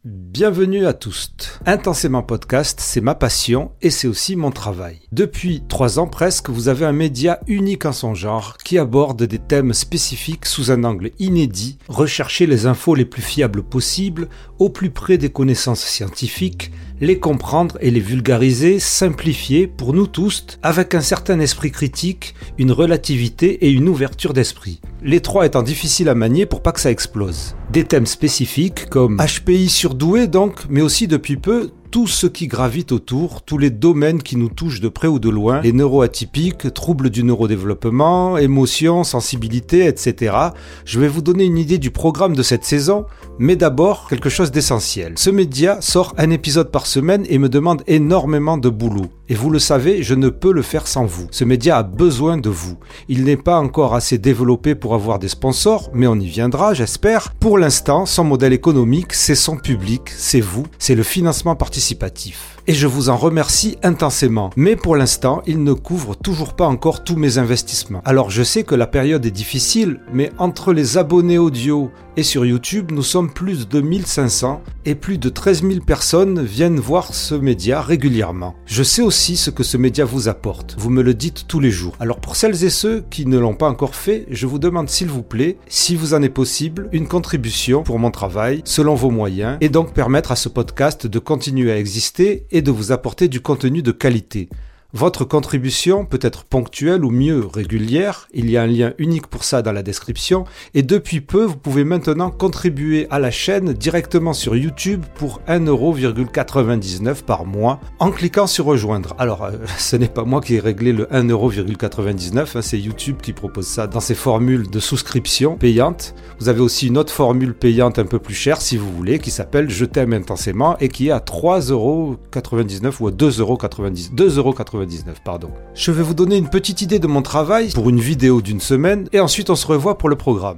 Bienvenue à tous. Intensément podcast, c'est ma passion et c'est aussi mon travail. Depuis 3 ans presque, vous avez un média unique en son genre qui aborde des thèmes spécifiques sous un angle inédit, rechercher les infos les plus fiables possibles, au plus près des connaissances scientifiques, les comprendre et les vulgariser, simplifier pour nous tous, avec un certain esprit critique, une relativité et une ouverture d'esprit. Les 3 étant difficiles à manier pour pas que ça explose. Des thèmes spécifiques comme HPI surdoué donc, mais aussi depuis peu, tout ce qui gravite autour, tous les domaines qui nous touchent de près ou de loin, les neuroatypiques, troubles du neurodéveloppement, émotions, sensibilité, etc. Je vais vous donner une idée du programme de cette saison, mais d'abord, quelque chose d'essentiel. Ce média sort un épisode par semaine et me demande énormément de boulot. Et vous le savez, je ne peux le faire sans vous. Ce média a besoin de vous. Il n'est pas encore assez développé pour avoir des sponsors, mais on y viendra, j'espère. Pour l'instant, son modèle économique, c'est son public, c'est vous, c'est le financement participatif. Et je vous en remercie intensément. Mais pour l'instant, il ne couvre toujours pas encore tous mes investissements. Alors je sais que la période est difficile, mais entre les abonnés audio et sur YouTube, nous sommes plus de 1500 et plus de 13 000 personnes viennent voir ce média régulièrement. Je sais aussi ce que ce média vous apporte. Vous me le dites tous les jours. Alors pour celles et ceux qui ne l'ont pas encore fait, je vous demande s'il vous plaît, si vous en est possible, une contribution pour mon travail, selon vos moyens, et donc permettre à ce podcast de continuer à exister et de vous apporter du contenu de qualité. Votre contribution peut être ponctuelle ou mieux régulière, il y a un lien unique pour ça dans la description, et depuis peu vous pouvez maintenant contribuer à la chaîne directement sur YouTube pour 1,99€ par mois en cliquant sur rejoindre. Alors ce n'est pas moi qui ai réglé le 1,99€, c'est YouTube qui propose ça dans ses formules de souscription payante. Vous avez aussi une autre formule payante un peu plus chère si vous voulez, qui s'appelle Je t'aime intensément et qui est à 3,99€ ou à 2,99€. Je vais vous donner une petite idée de mon travail pour une vidéo d'une semaine et ensuite on se revoit pour le programme.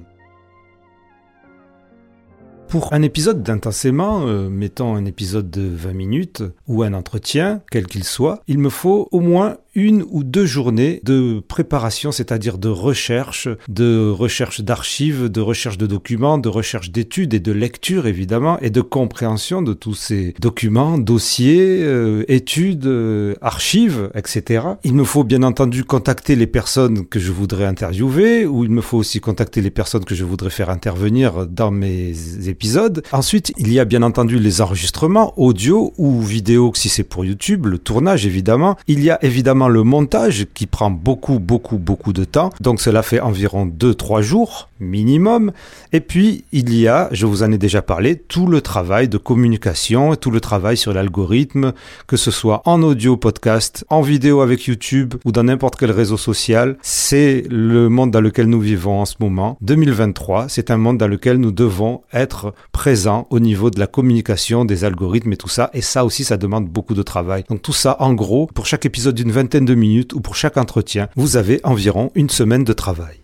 Pour un épisode d'intensément, mettons un épisode de 20 minutes ou un entretien, quel qu'il soit, il me faut au moins 1 ou 2 journées de préparation, c'est-à-dire de recherche d'archives, de recherche de documents, de recherche d'études et de lecture évidemment, et de compréhension de tous ces documents, dossiers, études, archives, etc. Il me faut bien entendu contacter les personnes que je voudrais interviewer, ou il me faut aussi contacter les personnes que je voudrais faire intervenir dans mes épisodes. Ensuite, il y a bien entendu les enregistrements audio ou vidéo si c'est pour YouTube, le tournage évidemment. Il y a évidemment le montage qui prend beaucoup de temps, donc cela fait environ 2-3 jours minimum. Et puis il y a, je vous en ai déjà parlé, tout le travail de communication, tout le travail sur l'algorithme, que ce soit en audio podcast, en vidéo avec YouTube ou dans n'importe quel réseau social. C'est le monde dans lequel nous vivons en ce moment. 2023, c'est un monde dans lequel nous devons être présents au niveau de la communication, des algorithmes et tout ça. Et ça aussi, ça demande beaucoup de travail. Donc tout ça, en gros, pour chaque épisode d'une 20 de minutes ou pour chaque entretien, vous avez environ 1 semaine de travail.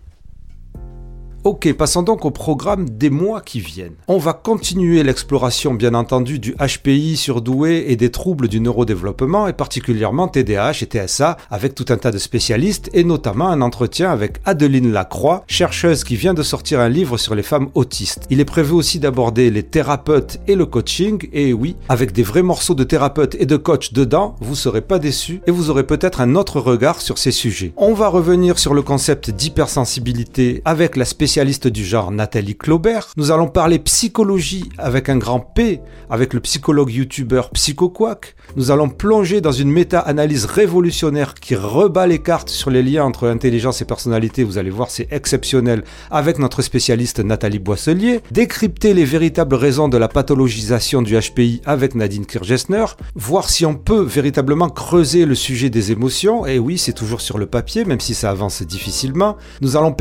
Ok, passons donc au programme des mois qui viennent. On va continuer l'exploration bien entendu du HPI surdoué et des troubles du neurodéveloppement et particulièrement TDAH et TSA avec tout un tas de spécialistes et notamment un entretien avec Adeline Lacroix, chercheuse qui vient de sortir un livre sur les femmes autistes. Il est prévu aussi d'aborder les thérapeutes et le coaching et oui, avec des vrais morceaux de thérapeutes et de coach dedans, vous serez pas déçus et vous aurez peut-être un autre regard sur ces sujets. On va revenir sur le concept d'hypersensibilité avec la spécialiste du genre Nathalie Claubert. Nous allons parler psychologie avec un grand P, avec le psychologue youtubeur PsychoQuack. Nous allons plonger dans une méta-analyse révolutionnaire qui rebat les cartes sur les liens entre intelligence et personnalité. Vous allez voir, c'est exceptionnel avec notre spécialiste Nathalie Boisselier. Décrypter les véritables raisons de la pathologisation du HPI avec Nadine Kirchgessner. Voir si on peut véritablement creuser le sujet des émotions. Et oui, c'est toujours sur le papier, même si ça avance difficilement. Nous allons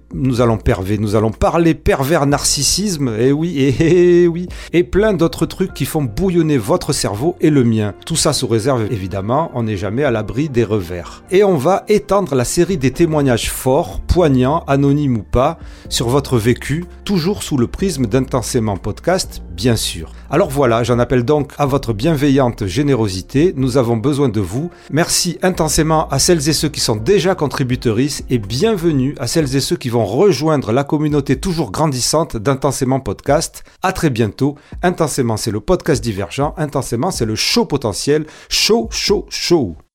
parler pervers narcissisme, et oui, et plein d'autres trucs qui font bouillonner votre cerveau et le mien. Tout ça sous réserve, évidemment, on n'est jamais à l'abri des revers. Et on va étendre la série des témoignages forts, poignants, anonymes ou pas, sur votre vécu, toujours sous le prisme d'Intensément Podcast, bien sûr. Alors voilà, j'en appelle donc à votre bienveillante générosité. Nous avons besoin de vous. Merci intensément à celles et ceux qui sont déjà contributrices et bienvenue à celles et ceux qui vont rejoindre la communauté toujours grandissante d'Intensément Podcast. À très bientôt. Intensément, c'est le podcast divergent. Intensément, c'est le show potentiel. Show.